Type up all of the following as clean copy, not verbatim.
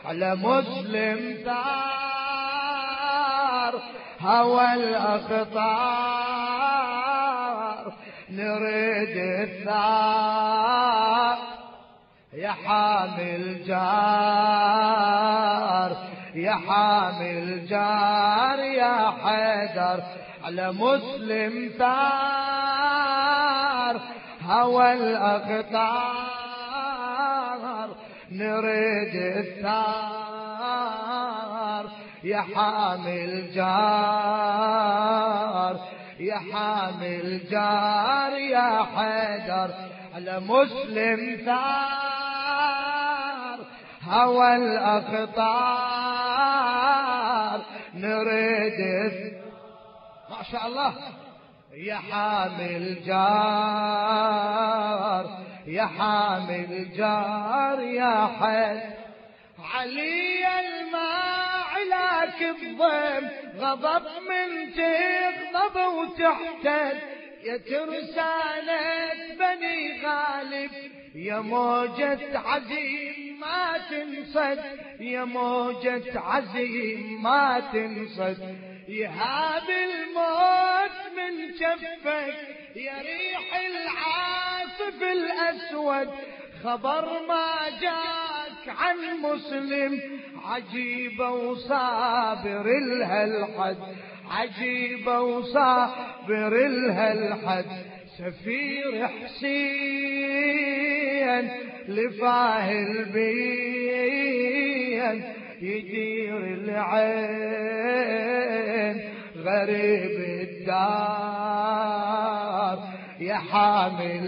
على مسلم ثار هوى الأخطار نريد الثار يا حامي الجار يا حامي الجار يا حيدر على مسلم ثار هوى الأخطار نريد الثار يا حامي الجار يا حامي الجار يا حيدر على مسلم ثار هوى الأخطار نريد ما شاء الله يا حامي الجار يا حامي الجار يا حيدر علي الماعلاك الضيم غضب من تغضب وتحتد يا ترسانة بني غالب يا موجة عزيم ما تنصد يا موجة عزيم ما تنصد يهاب الموت من كفك يا ريح العاصف الأسود خبر ما جاك عن مسلم عجيبة وصابر لها الحد عجيبة وصابر لها الحد سفير حسين لفاه البين يدير العين غريب الدار يا حامي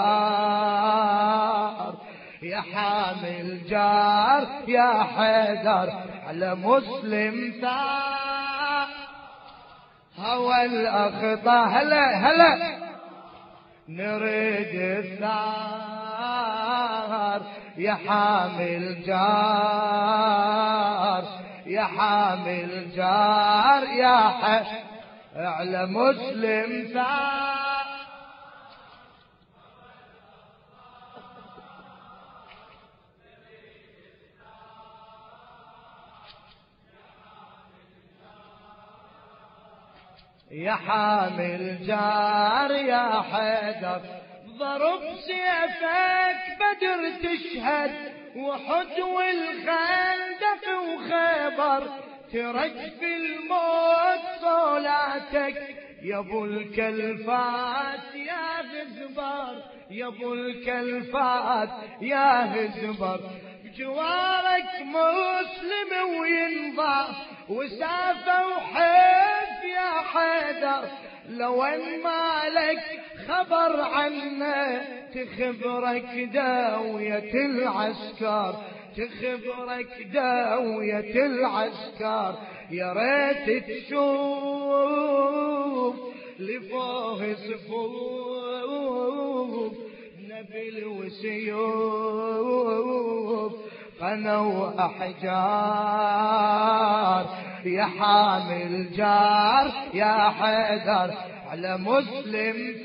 الجار يا حامي الجار يا حيدر على مسلم ثار هوى الأخطار هلا نريد الثار يا حامي الجار يا حامي الجار يا على مسلم ثار يا حامي الجار يا حيدر ضرب سيفك بدر تشهد وحد والخندق وخيبر ترجف الموت صولاتك يا ابو الكلفات يا غزبر يا ابو الكلفات يا غزبر بجوارك مسلم وينضى وسافة وحيف يا حيدر لو ان مالك خبر عنه تخبرك داوية العسكر تخبرك داوية العسكر يا ريت تشوف لفوق صفوف نبل وسيوف قنوا أحجار يا حامي الجار يا حيدر على مسلم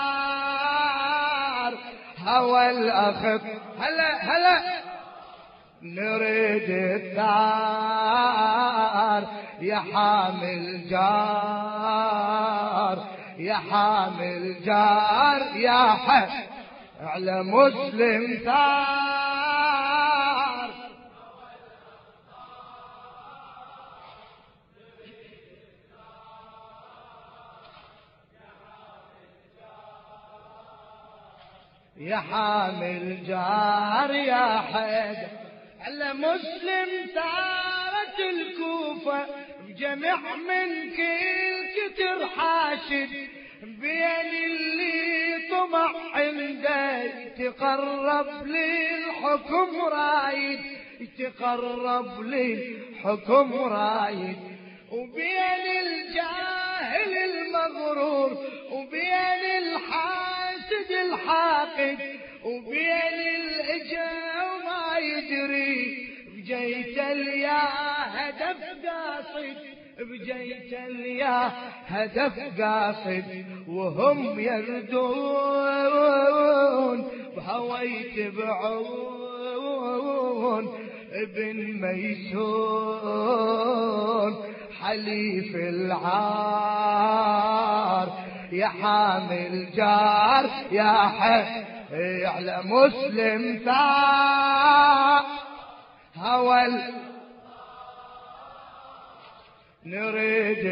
ثار هوى الأخط هلا نريد الثار يا حامي الجار يا حامي الجار يا على مسلم ثار يا حامي الجار يا حيدر على مسلم ثارت الكوفة بجمع من كل كتر حاشد بين اللي طمع عنده تقرب للحكم رايد تقرب للحكم رايد وبين الجاهل المغرور وبين الحاسد الحاقد وبين الإجا وما يدري بجيت اليا هدف قاصد بجيت اليا هدف قاصد وهم يردون بهوى يتبعون ابن ميسون حليف العار يا حامل جار يا حي على مسلم ثار هوى نريد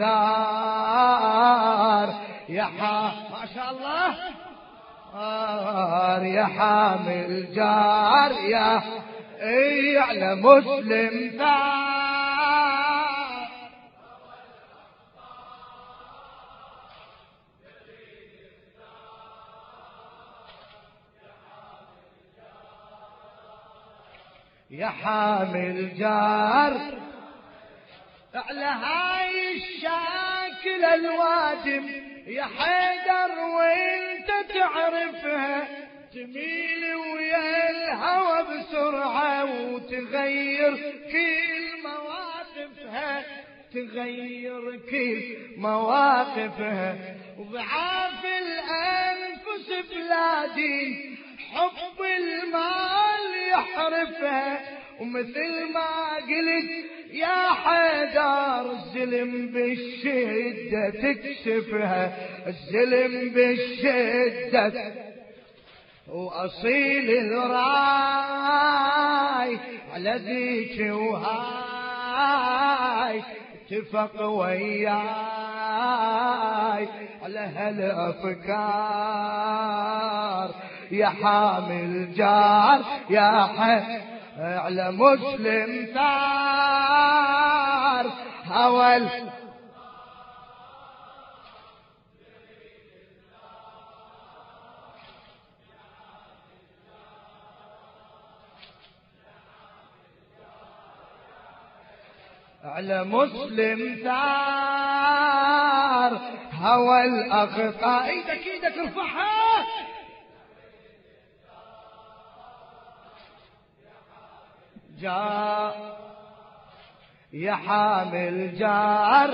الثار يا ما شاء الله يا حامل جار يا على مسلم ثار يا حامل جار على هاي الشاكل الوادم يا حيدر وانت تعرفها تميل ويا الهوى بسرعة وتغير كل مواقفها تغير كل مواقفها وضعاف الأنفس بلادي حب المال يحرفها ومثل ما قلت يا حيدر الظلم بالشدة تكشفها الظلم بالشدة وأصيل الراي على ذيك وهاي اتفق وياي على هالأفكار يا حامل جار يا حي على مسلم ثار هوى على مسلم ثار هوى الأخطاء ايدك ارفعها جاء يا حامل جار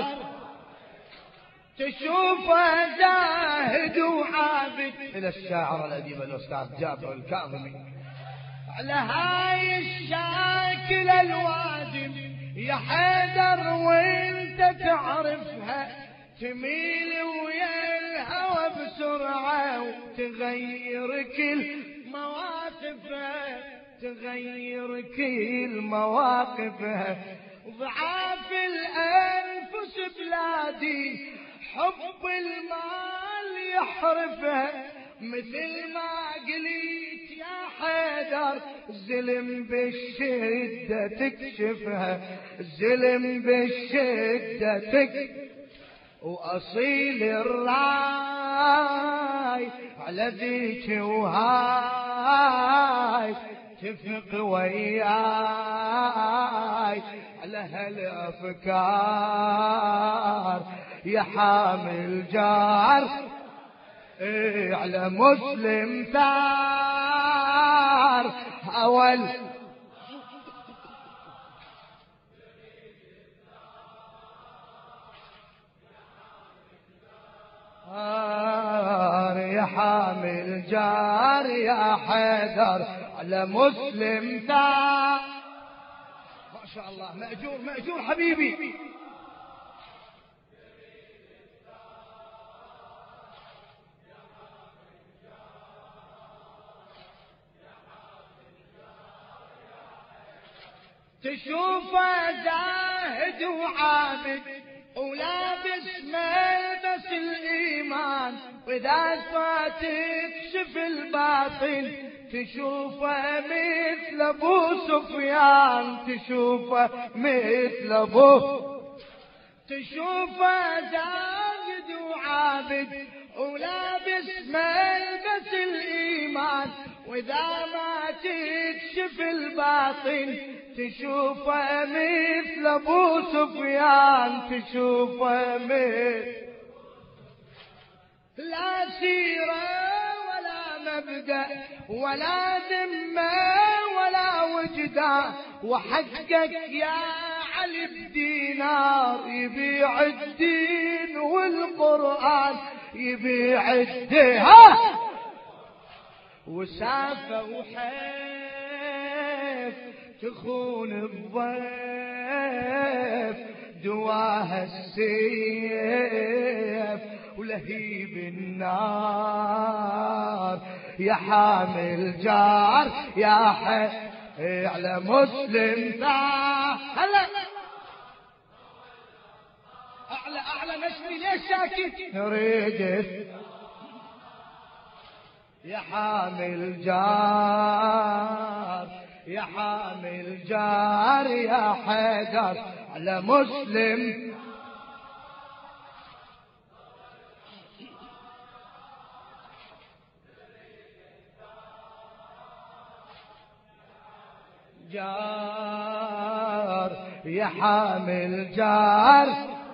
تشوفه زاهد وعابد إلى الشاعر الأديب الأستاذ جابر الكاظمي على هاي الشاكل الوادم يا حيدر وانت تعرفها تميل ويا الهوى بسرعة وتغير كل مواقفها تغير كل مواقفها ضعاف الأنفس بلادي حب المال يحرفها مثل ما قلت يا حيدر الظلم بالشدة تكشفها الظلم بالشدة تكشفها وأصيل الراي على ذيك وهاي تفق وياي على هالأفكار يا حامل جار على مسلم ثار أول يا حامل جار يا حيدر على مسلم ثار ما شاء الله مأجور حبيبي تشوفه زاهد وعابد ولابس ملبس الإيمان وإذا تكشف الباطن تشوفه مثل أبو سفيان تشوفه مثل أبوه تشوفه زاهد وعابد ولابس ملبس الإيمان وإذا ما تكشف الباطن تشوفه مثل أبو سفيان تشوفه مثل لا سيرة ولا مبدأ ولا ذمة ولا وجدان وحقك يا علي بدينار يبيع الدين والقرآن يبيع الدين وسافة وحيف تخون الضيف دواها السيف ولهيب النار يا حامل جار يا حي على مسلم هلا اعلى نشمي ليش ساكت نريد يا حامل جار يا حامل جار يا حيدر على مسلم جار يا حامل جار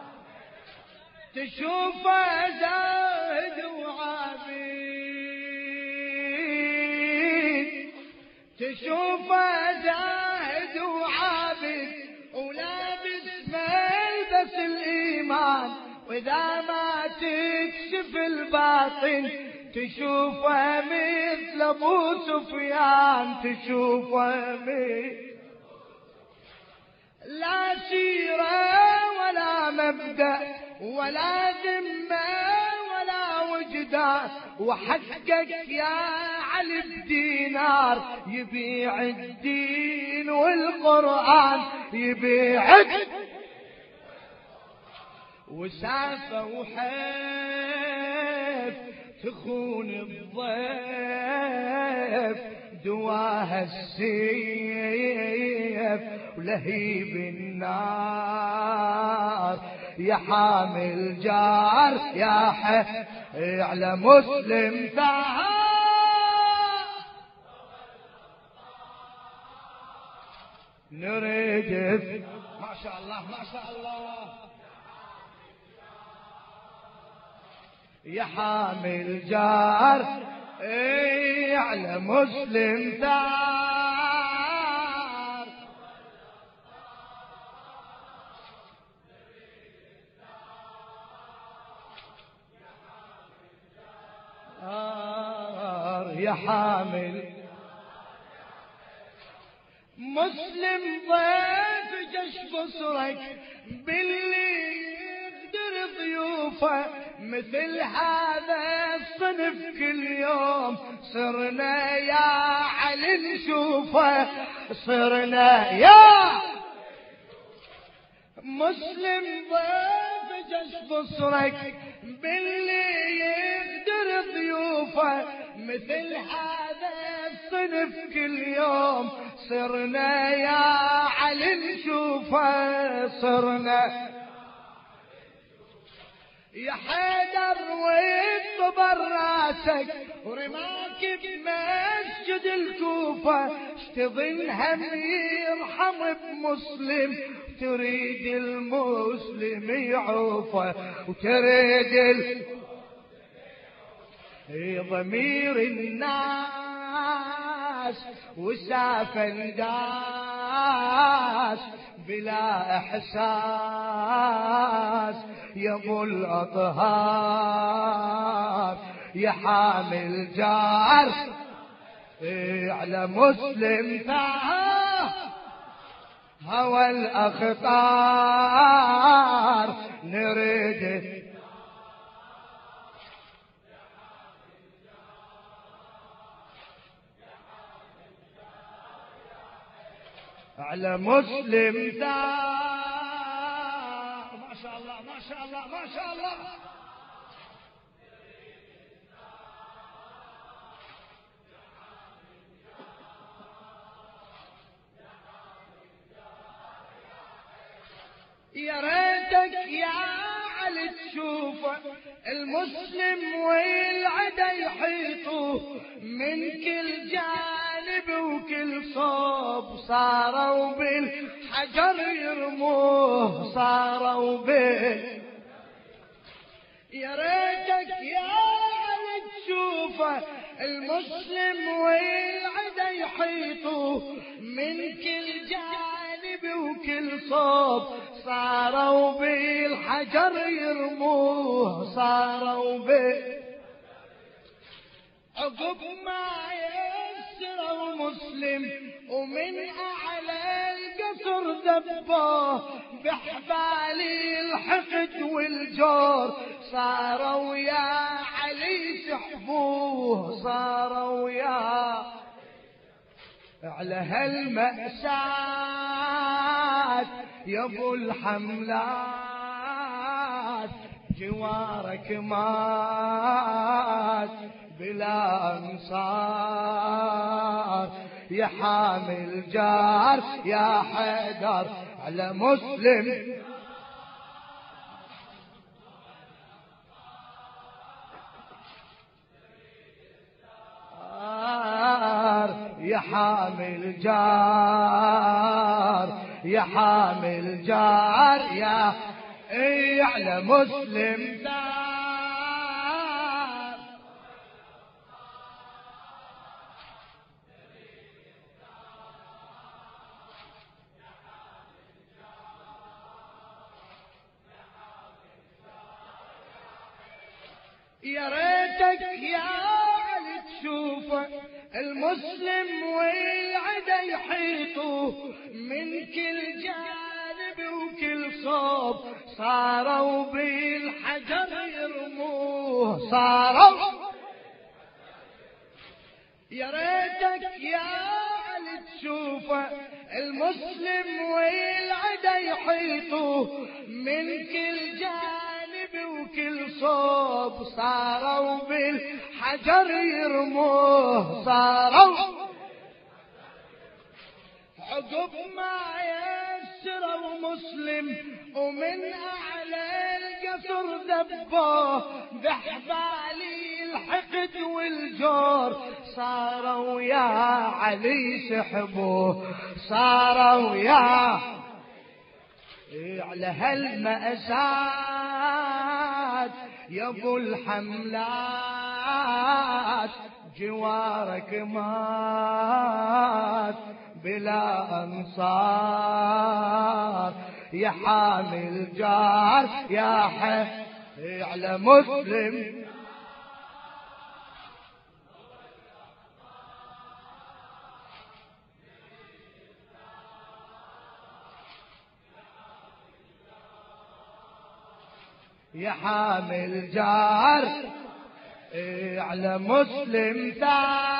تشوفه زاهد وعابد تشوفه زاهد وعابد ولابس ملبس الإيمان وإذا ما تكشف الباطن تشوفه مثل أبو سفيان تشوفه مثل لا سيرة ولا مبدأ ولا ذمة ولا وجدان وحقك يا علي الدينار يبيع الدين والقرآن يبيع وسافة وحيف تخون الضيف دواها السيف ولهيب النار يا حامل جار يا حي على مسلم نريد ما شاء الله ما شاء الله يا حامل جار على مسلم يا حامل مسلم ضيف جش بصرك باللي يقدر ضيوفه مثل هذا الصنف كل يوم صرنا يا علي نشوفه صرنا يا مسلم ضيف جش بصرك باللي يقدر ضيوفه مثل هذا الصنف كل يوم صرنا يا علي نشوفه صرنا يا حيدر ويطبر راسك ورماك بمسجد الكوفة اشتظن هم يرحم بمسلم تريد المسلم يعوفه وتريد ضمير الناس وساف الداس بلا احساس يا ابو الاطهار يا حامل جار على مسلم هوى الاخطار نريد على مسلم ما شاء الله ما شاء الله ما شاء الله يا ريتك يا علي تشوفه المسلم والعدا يحيطوه من كل جانب وكل صوب صاروا بالحجر يرموه صاروا يا ريتك يا علي تشوفه المسلم والعدا يحيطوه من كل جانب وكل صوب صاروا بالحجر يرموه صاروا عقب ما يسروا مسلم ومن أعلى القصر دبوه بحبال الحقد والجور، صاروا يا علي سحبوه، صاروا يا على هالمأساة يا ابو الحملات، جوارك مات بلا انصار، يا حامل جار يا حيدر على مسلم، يا حامل جار يا حامل جار يا على مسلم دار. يا ريتك يا علي تشوفه المسلم والعدا يحيطوه من كل جانب وكل صوب، صاروا بالحجر يرموه، صاروا. يا ريتك يا علي تشوفه المسلم والعدا يحيطوه من كل جانب وكل صوب، صاروا بالحجر يرموه، صاروا. عقب ما يسروا مسلم ومن أعلى القصر دبوه بحبال الحقد والجور، صاروا يا علي سحبوه، صاروا يا على هالمأساة يا ابو الحملات، جوارك مات بلا انصار، يا حامل جار يا حي على مسلم، يا حامل جار على مسلم دار.